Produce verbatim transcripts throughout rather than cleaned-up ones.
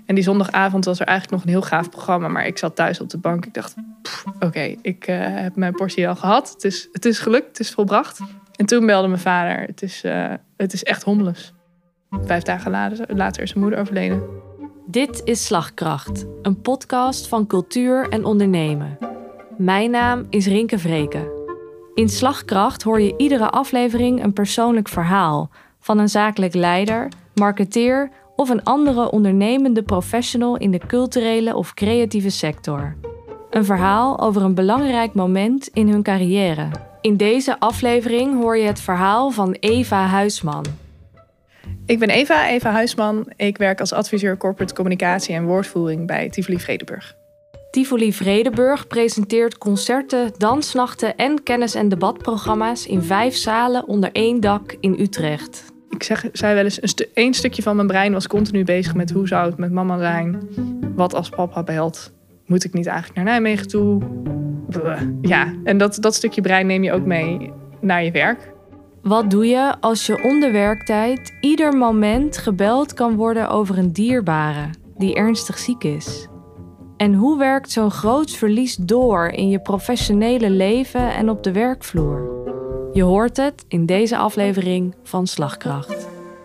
En die zondagavond was er eigenlijk nog een heel gaaf programma. Maar ik zat thuis op de bank. Ik dacht, oké, okay, ik uh, heb mijn portie al gehad. Het is, het is gelukt, het is volbracht. En toen belde mijn vader, het is, uh, het is echt hommeles. Vijf dagen later, later is zijn moeder overleden. Dit is Slagkracht, een podcast van cultuur en ondernemen. Mijn naam is Rinke Vreken. In Slagkracht hoor je iedere aflevering een persoonlijk verhaal van een zakelijk leider, marketeer of een andere ondernemende professional in de culturele of creatieve sector. Een verhaal over een belangrijk moment in hun carrière. In deze aflevering hoor je het verhaal van Eva Huisman. Ik ben Eva, Eva Huisman. Ik werk als adviseur corporate communicatie en woordvoering bij Tivoli Vredenburg. Tivoli Vredenburg presenteert concerten, dansnachten en kennis- en debatprogramma's in vijf zalen onder één dak in Utrecht. Ik zeg, zei wel eens, een stu- één stukje van mijn brein was continu bezig met hoe zou het met mama zijn? Wat als papa belt? Moet ik niet eigenlijk naar Nijmegen toe? Bleh. Ja, en dat, dat stukje brein neem je ook mee naar je werk. Wat doe je als je onder werktijd ieder moment gebeld kan worden over een dierbare die ernstig ziek is? En hoe werkt zo'n groot verlies door in je professionele leven en op de werkvloer? Je hoort het in deze aflevering van Slagkracht.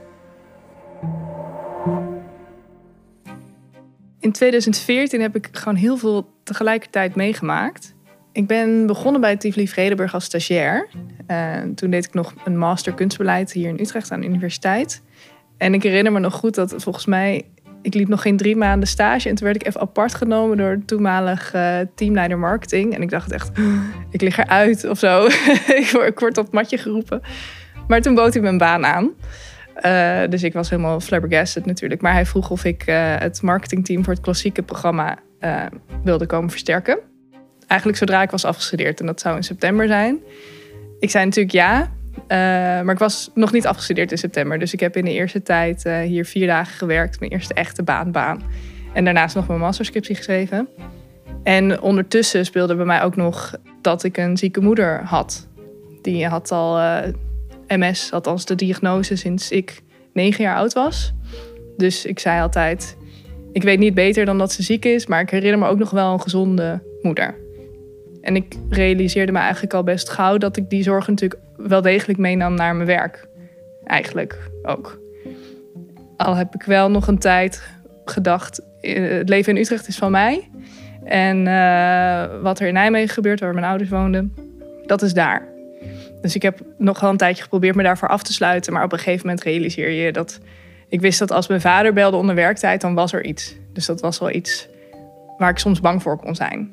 In tweeduizend veertien heb ik gewoon heel veel tegelijkertijd meegemaakt. Ik ben begonnen bij Tivoli Vredenburg als stagiair. Uh, toen deed ik nog een master kunstbeleid hier in Utrecht aan de universiteit. En ik herinner me nog goed dat volgens mij... Ik liep nog geen drie maanden stage en toen werd ik even apart genomen door de toenmalig uh, teamleider marketing. En ik dacht echt, ik lig eruit of zo. ik, word, ik word op het matje geroepen. Maar toen bood hij me een baan aan. Uh, dus ik was helemaal flabbergasted natuurlijk. Maar hij vroeg of ik uh, het marketingteam voor het klassieke programma uh, wilde komen versterken. Eigenlijk zodra ik was afgestudeerd en dat zou in september zijn. Ik zei natuurlijk ja. Uh, maar ik was nog niet afgestudeerd in september. Dus ik heb in de eerste tijd uh, hier vier dagen gewerkt. Mijn eerste echte baanbaan. En daarnaast nog mijn masterscriptie geschreven. En ondertussen speelde bij mij ook nog dat ik een zieke moeder had. Die had al uh, M S, althans de diagnose sinds ik negen jaar oud was. Dus ik zei altijd, ik weet niet beter dan dat ze ziek is. Maar ik herinner me ook nog wel een gezonde moeder. En ik realiseerde me eigenlijk al best gauw dat ik die zorg natuurlijk wel degelijk meenam naar mijn werk. Eigenlijk ook. Al heb ik wel nog een tijd gedacht, het leven in Utrecht is van mij. En uh, wat er in Nijmegen gebeurt, waar mijn ouders woonden, dat is daar. Dus ik heb nog wel een tijdje geprobeerd me daarvoor af te sluiten. Maar op een gegeven moment realiseer je dat... Ik wist dat als mijn vader belde onder werktijd, dan was er iets. Dus dat was wel iets waar ik soms bang voor kon zijn.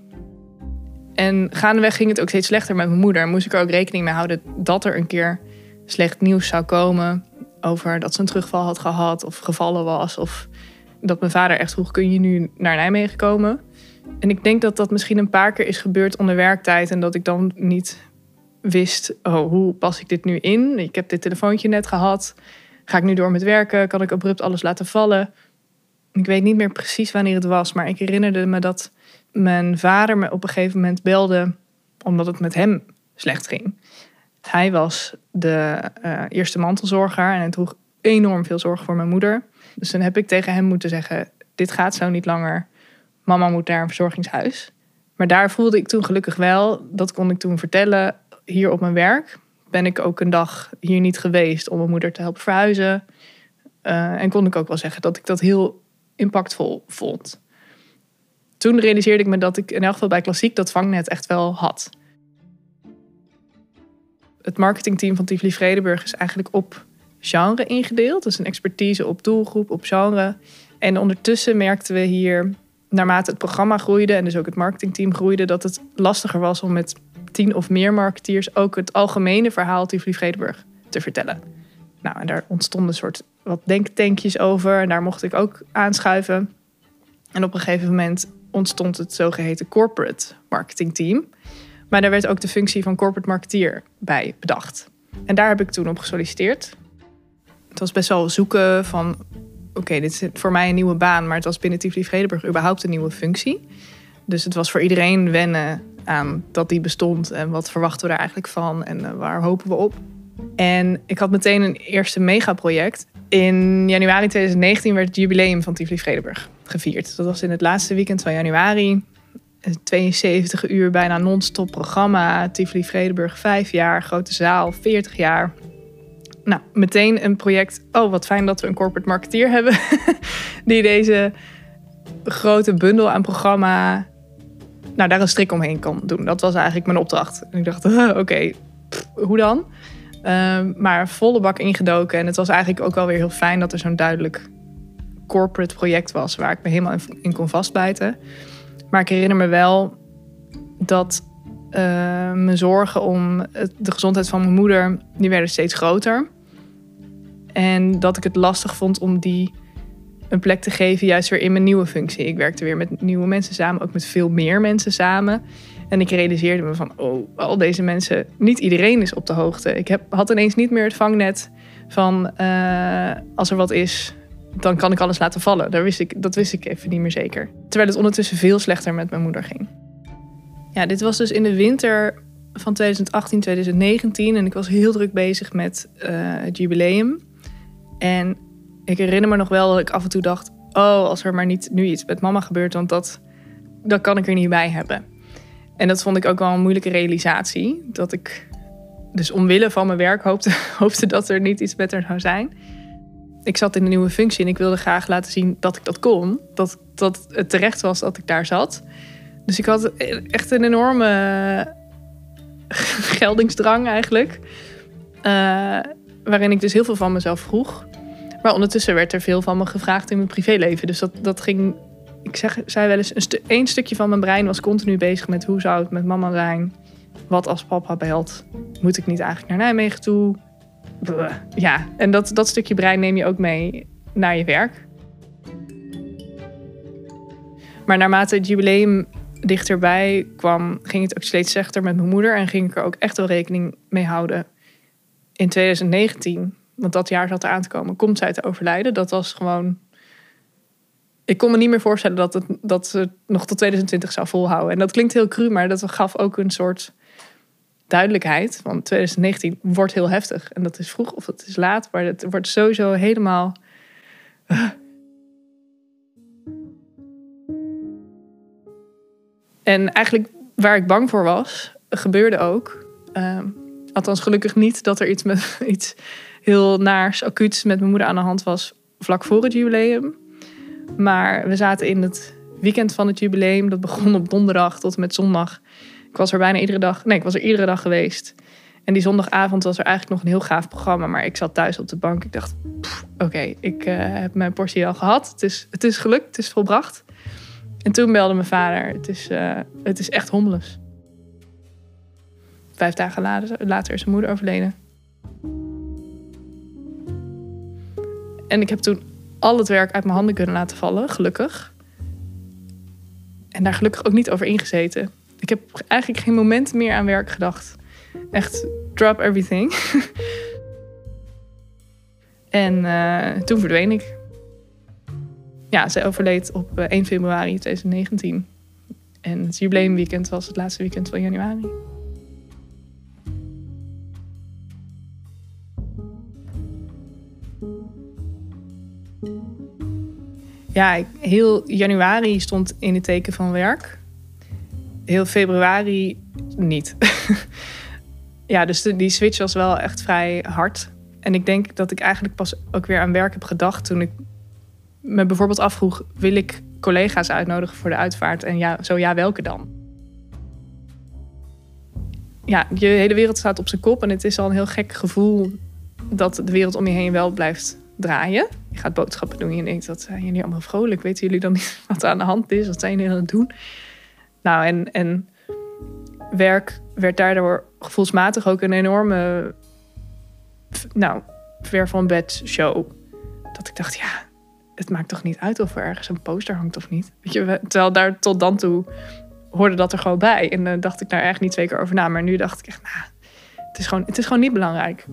En gaandeweg ging het ook steeds slechter met mijn moeder. Moest ik er ook rekening mee houden dat er een keer slecht nieuws zou komen over dat ze een terugval had gehad of gevallen was. Of dat mijn vader echt vroeg, kun je nu naar Nijmegen komen? En ik denk dat dat misschien een paar keer is gebeurd onder werktijd. En dat ik dan niet wist, oh, hoe pas ik dit nu in? Ik heb dit telefoontje net gehad. Ga ik nu door met werken? Kan ik abrupt alles laten vallen? Ik weet niet meer precies wanneer het was. Maar ik herinnerde me dat mijn vader me op een gegeven moment belde omdat het met hem slecht ging. Hij was de uh, eerste mantelzorger en hij droeg enorm veel zorg voor mijn moeder. Dus dan heb ik tegen hem moeten zeggen, dit gaat zo niet langer. Mama moet naar een verzorgingshuis. Maar daar voelde ik toen gelukkig wel, dat kon ik toen vertellen, hier op mijn werk. Ben ik ook een dag hier niet geweest om mijn moeder te helpen verhuizen. Uh, en kon ik ook wel zeggen dat ik dat heel impactvol vond. Toen realiseerde ik me dat ik in elk geval bij Klassiek dat vangnet echt wel had. Het marketingteam van Tivoli Vredenburg is eigenlijk op genre ingedeeld. Dus een expertise op doelgroep, op genre. En ondertussen merkten we hier, naarmate het programma groeide en dus ook het marketingteam groeide, dat het lastiger was om met tien of meer marketeers ook het algemene verhaal Tivoli Vredenburg te vertellen. Nou, en daar ontstonden een soort wat denktankjes over. En daar mocht ik ook aanschuiven. En op een gegeven moment ontstond het zogeheten corporate marketing team. Maar daar werd ook de functie van corporate marketeer bij bedacht. En daar heb ik toen op gesolliciteerd. Het was best wel zoeken van, oké, okay, dit is voor mij een nieuwe baan, maar het was binnen Tivoli Vredenburg überhaupt een nieuwe functie. Dus het was voor iedereen wennen aan dat die bestond en wat verwachten we daar eigenlijk van en uh, waar hopen we op. En ik had meteen een eerste megaproject. In januari twintig negentien werd het jubileum van Tivoli Vredenburg gevierd. Dat was in het laatste weekend van januari. tweeënzeventig uur bijna non-stop programma. Tivoli Vredenburg, vijf jaar. Grote zaal, veertig jaar. Nou, meteen een project. Oh, wat fijn dat we een corporate marketeer hebben. Die deze grote bundel aan programma... nou, daar een strik omheen kan doen. Dat was eigenlijk mijn opdracht. En ik dacht, uh, oké, okay, hoe dan? Uh, maar volle bak ingedoken. En het was eigenlijk ook wel weer heel fijn dat er zo'n duidelijk corporate project was, waar ik me helemaal in kon vastbijten. Maar ik herinner me wel dat uh, mijn zorgen om het, de gezondheid van mijn moeder, die werden steeds groter. En dat ik het lastig vond om die een plek te geven, juist weer in mijn nieuwe functie. Ik werkte weer met nieuwe mensen samen, ook met veel meer mensen samen. En ik realiseerde me van, oh, al deze mensen, niet iedereen is op de hoogte. Ik heb, had ineens niet meer het vangnet van, uh, als er wat is, dan kan ik alles laten vallen. Daar wist ik, dat wist ik even niet meer zeker. Terwijl het ondertussen veel slechter met mijn moeder ging. Ja, dit was dus in de winter van twintig achttien twintig negentien. En ik was heel druk bezig met uh, het jubileum. En ik herinner me nog wel dat ik af en toe dacht, oh, als er maar niet nu iets met mama gebeurt, want dat, dat kan ik er niet bij hebben. En dat vond ik ook wel een moeilijke realisatie. Dat ik dus omwille van mijn werk hoopte, hoopte dat er niet iets met haar zou zijn. Ik zat in een nieuwe functie en ik wilde graag laten zien dat ik dat kon. Dat, dat het terecht was dat ik daar zat. Dus ik had echt een enorme geldingsdrang eigenlijk. Uh, waarin ik dus heel veel van mezelf vroeg. Maar ondertussen werd er veel van me gevraagd in mijn privéleven. Dus dat, dat ging... Ik zeg, zei wel eens, een stu- één stukje van mijn brein was continu bezig met hoe zou het met mama zijn? Wat als papa belt? Moet ik niet eigenlijk naar Nijmegen toe? Bleh. Ja, en dat, dat stukje brein neem je ook mee naar je werk. Maar naarmate het jubileum dichterbij kwam, ging het ook steeds slechter met mijn moeder. En ging ik er ook echt wel rekening mee houden. In twintig negentien, want dat jaar zat er aan te komen, komt zij te overlijden. Dat was gewoon... Ik kon me niet meer voorstellen dat, het, dat ze nog tot twintig twintig zou volhouden. En dat klinkt heel cru, maar dat gaf ook een soort duidelijkheid. Want twintig negentien wordt heel heftig. En dat is vroeg of het is laat, maar het wordt sowieso helemaal... Uh. En eigenlijk waar ik bang voor was, gebeurde ook. Uh, althans gelukkig niet dat er iets, met, iets heel naars, acuuts met mijn moeder aan de hand was vlak voor het jubileum. Maar we zaten in het weekend van het jubileum. Dat begon op donderdag tot en met zondag. Ik was er bijna iedere dag... Nee, ik was er iedere dag geweest. En die zondagavond was er eigenlijk nog een heel gaaf programma. Maar ik zat thuis op de bank. Ik dacht, oké, okay, ik uh, heb mijn portie al gehad. Het is, het is gelukt, het is volbracht. En toen belde mijn vader. Het is, uh, het is echt hommeles. Vijf dagen later, later is zijn moeder overleden. En ik heb toen al het werk uit mijn handen kunnen laten vallen, gelukkig. En daar gelukkig ook niet over ingezeten. Ik heb eigenlijk geen moment meer aan werk gedacht. Echt, drop everything. En uh, toen verdween ik. Ja, zij overleed op één februari twintig negentien. En het jubileumweekend was het laatste weekend van januari. Ja, heel januari stond in het teken van werk. Heel februari niet. Ja, dus de, die switch was wel echt vrij hard. En ik denk dat ik eigenlijk pas ook weer aan werk heb gedacht toen ik me bijvoorbeeld afvroeg, wil ik collega's uitnodigen voor de uitvaart? En ja, zo ja, welke dan? Ja, je hele wereld staat op zijn kop en het is al een heel gek gevoel dat de wereld om je heen wel blijft draaien. Je gaat boodschappen doen en je denkt, dat zijn jullie allemaal vrolijk. Weten jullie dan niet wat er aan de hand is? Wat zijn jullie aan het doen? Nou, en, en werk werd daardoor gevoelsmatig ook een enorme, nou, ver van bed show. Dat ik dacht, ja, het maakt toch niet uit of er ergens een poster hangt of niet. Weet je, terwijl daar tot dan toe hoorde dat er gewoon bij. En dan dacht ik daar echt niet twee keer over na. Maar nu dacht ik echt, nou, het is gewoon, het is gewoon niet belangrijk.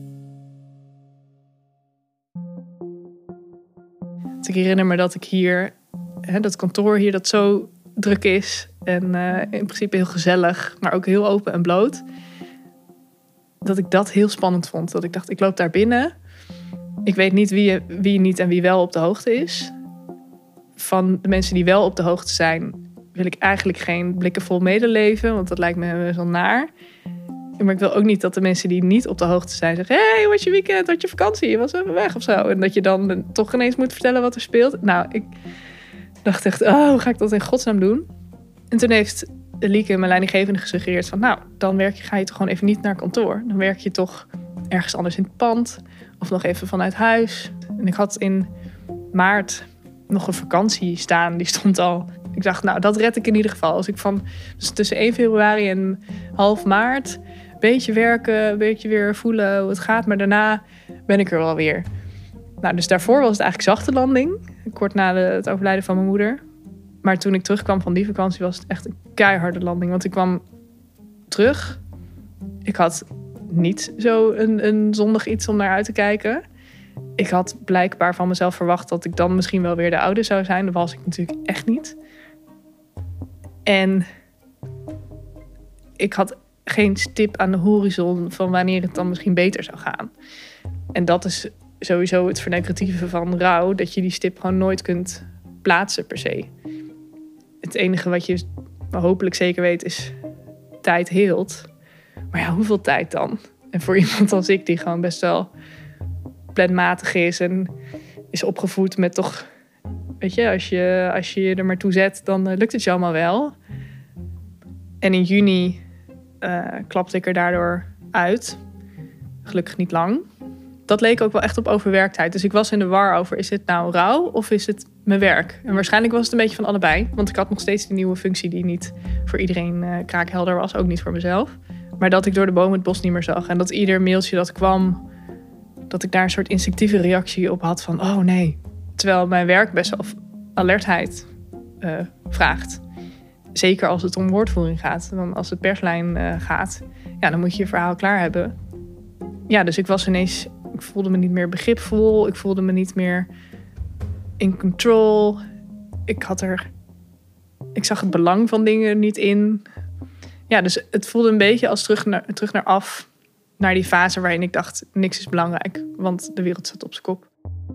Dus ik herinner me dat ik hier, hè, dat kantoor hier dat zo druk is. En uh, in principe heel gezellig, maar ook heel open en bloot. dat ik dat heel spannend vond. Dat ik dacht, ik loop daar binnen. Ik weet niet wie, wie niet en wie wel op de hoogte is. Van de mensen die wel op de hoogte zijn, wil ik eigenlijk geen blikken vol medeleven. Want dat lijkt me zo naar. Maar ik wil ook niet dat de mensen die niet op de hoogte zijn zeggen... Hé, hey, hoe was je weekend? Had je vakantie? Je was even weg of zo. En dat je dan toch ineens moet vertellen wat er speelt. Nou, ik dacht echt, oh, hoe ga ik dat in godsnaam doen? En toen heeft Lieke, mijn leidinggevende, gesuggereerd van... Nou, dan werk je, ga je toch gewoon even niet naar kantoor. Dan werk je toch ergens anders in het pand. Of nog even vanuit huis. En ik had in maart nog een vakantie staan. Die stond al... Ik dacht, nou, dat red ik in ieder geval. Als ik van dus tussen één februari en half maart... een beetje werken, een beetje weer voelen hoe het gaat. Maar daarna ben ik er wel weer. Nou, dus daarvoor was het eigenlijk zachte landing. Kort na de, het overlijden van mijn moeder. Maar toen ik terugkwam van die vakantie was het echt een keiharde landing. Want ik kwam terug. Ik had niet zo een, een zondag iets om naar uit te kijken. Ik had blijkbaar van mezelf verwacht dat ik dan misschien wel weer de oude zou zijn. Dat was ik natuurlijk echt niet. En ik had geen stip aan de horizon van wanneer het dan misschien beter zou gaan. En dat is sowieso het vernegatieve van rouw. Dat je die stip gewoon nooit kunt plaatsen per se. Het enige wat je hopelijk zeker weet is tijd heelt. Maar ja, hoeveel tijd dan? En voor iemand als ik die gewoon best wel planmatig is en is opgevoed met toch... Weet je, als je als je, je er maar toe zet, dan uh, lukt het je allemaal wel. En in juni uh, klapte ik er daardoor uit. Gelukkig niet lang. Dat leek ook wel echt op overwerktheid. Dus ik was in de war over, is het nou rouw of is het mijn werk? En waarschijnlijk was het een beetje van allebei. Want ik had nog steeds die nieuwe functie die niet voor iedereen uh, kraakhelder was. Ook niet voor mezelf. Maar dat ik door de bomen het bos niet meer zag. En dat ieder mailtje dat kwam, dat ik daar een soort instinctieve reactie op had van, oh nee. Terwijl mijn werk best wel alertheid uh, vraagt. Zeker als het om woordvoering gaat. Dan als het perslijn uh, gaat, ja, dan moet je je verhaal klaar hebben. Ja, dus ik was ineens... Ik voelde me niet meer begripvol. Ik voelde me niet meer in control. Ik had er... Ik zag het belang van dingen niet in. Ja, dus het voelde een beetje als terug naar, terug naar af. Naar die fase waarin ik dacht, niks is belangrijk. Want de wereld staat op zijn kop.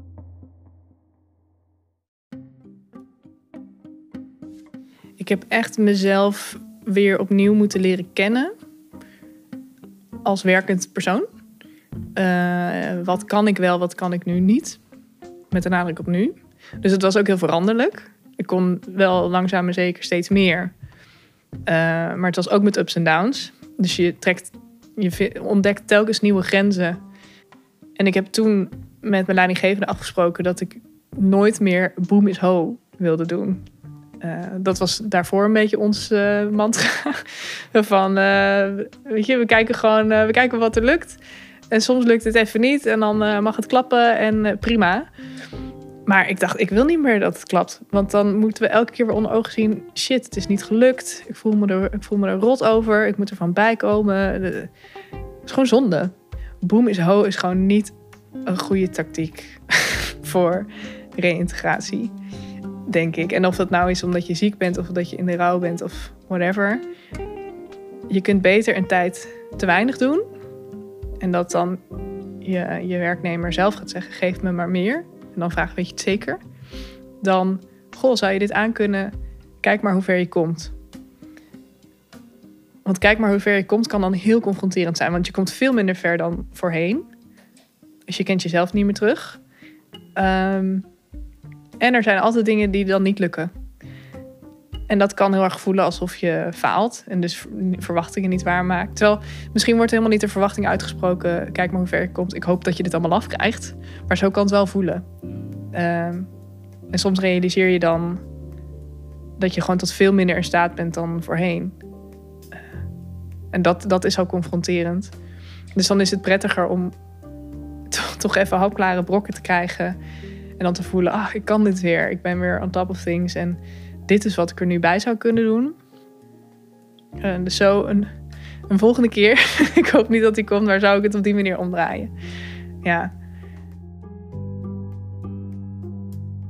Ik heb echt mezelf weer opnieuw moeten leren kennen. Als werkend persoon. Uh, wat kan ik wel, wat kan ik nu niet? Met de nadruk op nu. Dus het was ook heel veranderlijk. Ik kon wel langzaam maar zeker steeds meer. Uh, maar het was ook met ups en downs. Dus je, trekt, je ontdekt telkens nieuwe grenzen. En ik heb toen met mijn leidinggevende afgesproken dat ik nooit meer boom is ho wilde doen. Uh, dat was daarvoor een beetje ons uh, mantra. Van, uh, weet je, we kijken gewoon, uh, we kijken wat er lukt. En soms lukt het even niet en dan uh, mag het klappen en uh, prima. Maar ik dacht, ik wil niet meer dat het klapt. Want dan moeten we elke keer weer onder ogen zien, shit, het is niet gelukt. Ik voel me er, ik voel me er rot over. Ik moet er van bijkomen. Het is gewoon zonde. Boom is ho is gewoon niet een goede tactiek voor reïntegratie. Denk ik. En of dat nou is omdat je ziek bent of dat je in de rouw bent of whatever. Je kunt beter een tijd te weinig doen. En dat dan je, je werknemer zelf gaat zeggen, geef me maar meer. En dan vragen, weet je het zeker? Dan, goh, zou je dit aankunnen? Kijk maar hoe ver je komt. Want kijk maar hoe ver je komt kan dan heel confronterend zijn. Want je komt veel minder ver dan voorheen. Dus je kent jezelf niet meer terug. Um, en er zijn altijd dingen die dan niet lukken. En dat kan heel erg voelen alsof je faalt. En dus verwachtingen niet waarmaakt. Terwijl misschien wordt helemaal niet de verwachting uitgesproken. Kijk maar hoe ver je komt. Ik hoop dat je dit allemaal afkrijgt. Maar zo kan het wel voelen. Um, en soms realiseer je dan dat je gewoon tot veel minder in staat bent dan voorheen. Uh, en dat, dat is al confronterend. Dus dan is het prettiger om toch, toch even hapklare brokken te krijgen. En dan te voelen, ah, ik kan dit weer. Ik ben weer on top of things. En dit is wat ik er nu bij zou kunnen doen. Uh, dus zo een, een volgende keer. Ik hoop niet dat die komt, maar zou ik het op die manier omdraaien. Ja.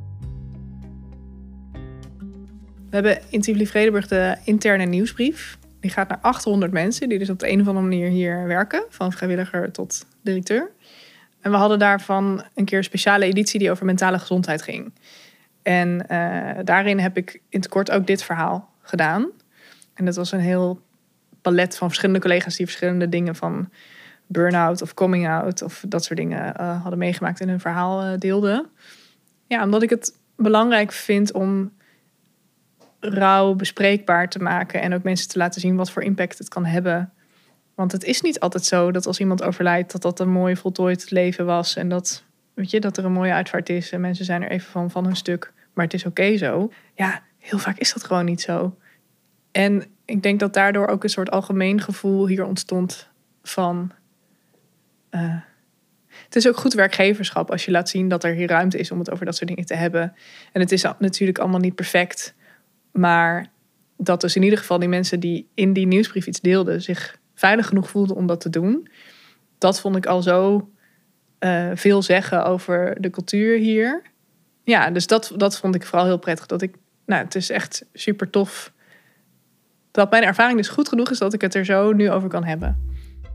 We hebben in Tivoli Vredenburg de interne nieuwsbrief. Die gaat naar achthonderd mensen die dus op de een of andere manier hier werken. Van vrijwilliger tot directeur. En we hadden daarvan een keer een speciale editie die over mentale gezondheid ging. En uh, daarin heb ik in het kort ook dit verhaal gedaan. En dat was een heel palet van verschillende collega's die verschillende dingen van burn-out of coming out of dat soort dingen uh, hadden meegemaakt en hun verhaal uh, deelden. Ja, omdat ik het belangrijk vind om rouw bespreekbaar te maken en ook mensen te laten zien wat voor impact het kan hebben. Want het is niet altijd zo dat als iemand overlijdt dat dat een mooi voltooid leven was en dat, weet je, dat er een mooie uitvaart is en mensen zijn er even van, van hun stuk. Maar het is oké okay zo. Ja, heel vaak is dat gewoon niet zo. En ik denk dat daardoor ook een soort algemeen gevoel hier ontstond van Uh, het is ook goed werkgeverschap als je laat zien dat er hier ruimte is om het over dat soort dingen te hebben. En het is natuurlijk allemaal niet perfect. Maar dat dus in ieder geval die mensen die in die nieuwsbrief iets deelden zich veilig genoeg voelden om dat te doen. Dat vond ik al zo uh, veel zeggen over de cultuur hier. Ja, dus dat, dat vond ik vooral heel prettig. Dat ik, nou, het is echt super tof dat mijn ervaring dus goed genoeg is dat ik het er zo nu over kan hebben.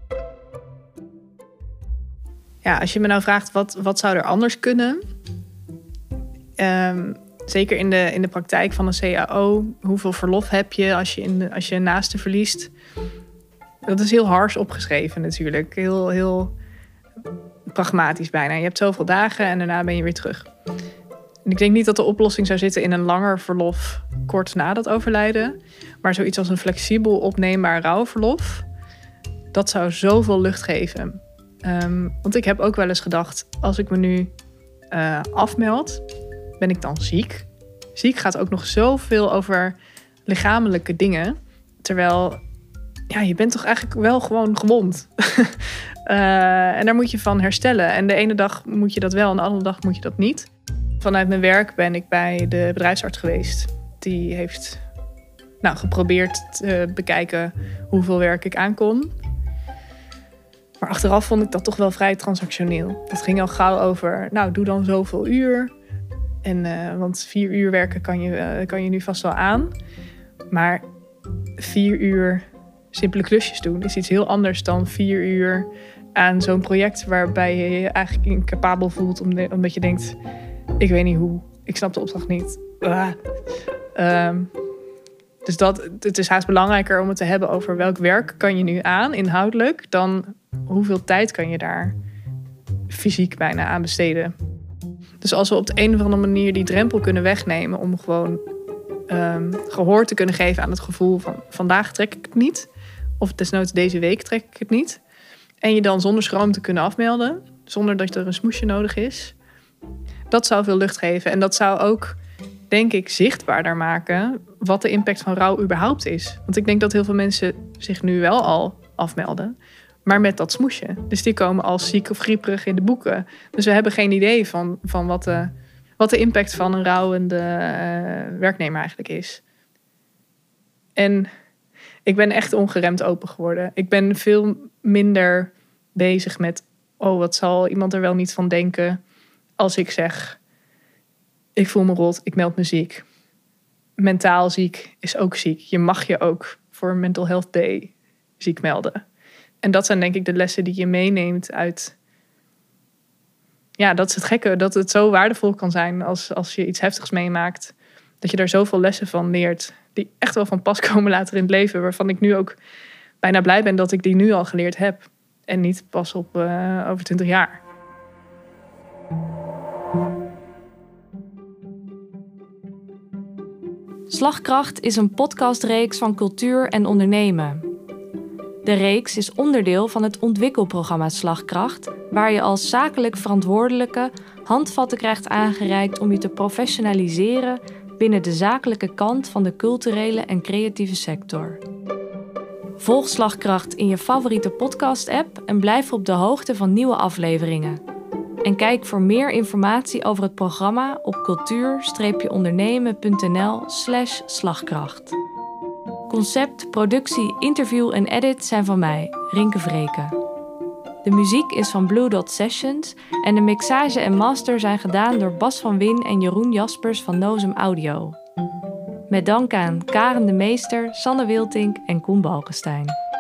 Ja, als je me nou vraagt, wat, wat zou er anders kunnen? Um, zeker in de, in de praktijk van een C A O. Hoeveel verlof heb je als je, in de, als je een naaste verliest? Dat is heel hars opgeschreven natuurlijk. Heel, heel pragmatisch bijna. Je hebt zoveel dagen en daarna ben je weer terug. En ik denk niet dat de oplossing zou zitten in een langer verlof kort na dat overlijden. Maar zoiets als een flexibel opneembaar rouwverlof. Dat zou zoveel lucht geven. Um, want ik heb ook wel eens gedacht, als ik me nu uh, afmeld, ben ik dan ziek? Ziek gaat ook nog zoveel over lichamelijke dingen. Terwijl, ja, je bent toch eigenlijk wel gewoon gewond. uh, en daar moet je van herstellen. En de ene dag moet je dat wel en de andere dag moet je dat niet. Vanuit mijn werk ben ik bij de bedrijfsarts geweest. Die heeft nou, geprobeerd te bekijken hoeveel werk ik aankon. Maar achteraf vond ik dat toch wel vrij transactioneel. Dat ging al gauw over, nou, doe dan zoveel uur. En, uh, want vier uur werken kan je, uh, kan je nu vast wel aan. Maar vier uur simpele klusjes doen is iets heel anders dan vier uur aan zo'n project waarbij je je eigenlijk incapabel voelt omdat je denkt, ik weet niet hoe, ik snap de opdracht niet. Ah. Um, dus dat, het is haast belangrijker om het te hebben over welk werk kan je nu aan, inhoudelijk, dan hoeveel tijd kan je daar fysiek bijna aan besteden. Dus als we op de een of andere manier die drempel kunnen wegnemen om gewoon um, gehoor te kunnen geven aan het gevoel van vandaag trek ik het niet, of desnoods deze week trek ik het niet, en je dan zonder schroom te kunnen afmelden, zonder dat er een smoesje nodig is, dat zou veel lucht geven. En dat zou ook, denk ik, zichtbaarder maken wat de impact van rouw überhaupt is. Want ik denk dat heel veel mensen zich nu wel al afmelden, maar met dat smoesje. Dus die komen als ziek of grieperig in de boeken. Dus we hebben geen idee van, van wat, de, wat de impact van een rouwende uh, werknemer eigenlijk is. En ik ben echt ongeremd open geworden. Ik ben veel minder bezig met, oh, wat zal iemand er wel niet van denken als ik zeg, ik voel me rot, ik meld me ziek. Mentaal ziek is ook ziek. Je mag je ook voor Mental Health Day ziek melden. En dat zijn denk ik de lessen die je meeneemt uit, ja, dat is het gekke, dat het zo waardevol kan zijn als, als je iets heftigs meemaakt. Dat je daar zoveel lessen van leert, die echt wel van pas komen later in het leven. Waarvan ik nu ook bijna blij ben dat ik die nu al geleerd heb. En niet pas op uh, over twintig jaar. Slagkracht is een podcastreeks van cultuur en ondernemen. De reeks is onderdeel van het ontwikkelprogramma Slagkracht, waar je als zakelijk verantwoordelijke handvatten krijgt aangereikt om je te professionaliseren binnen de zakelijke kant van de culturele en creatieve sector. Volg Slagkracht in je favoriete podcast-app en blijf op de hoogte van nieuwe afleveringen. En kijk voor meer informatie over het programma op cultuur-ondernemen.nl slash slagkracht. Concept, productie, interview en edit zijn van mij, Rinke Vreken. De muziek is van Blue Dot Sessions en de mixage en master zijn gedaan door Bas van Win en Jeroen Jaspers van Nozem Audio. Met dank aan Karen de Meester, Sanne Wiltink en Koen Balkenstein.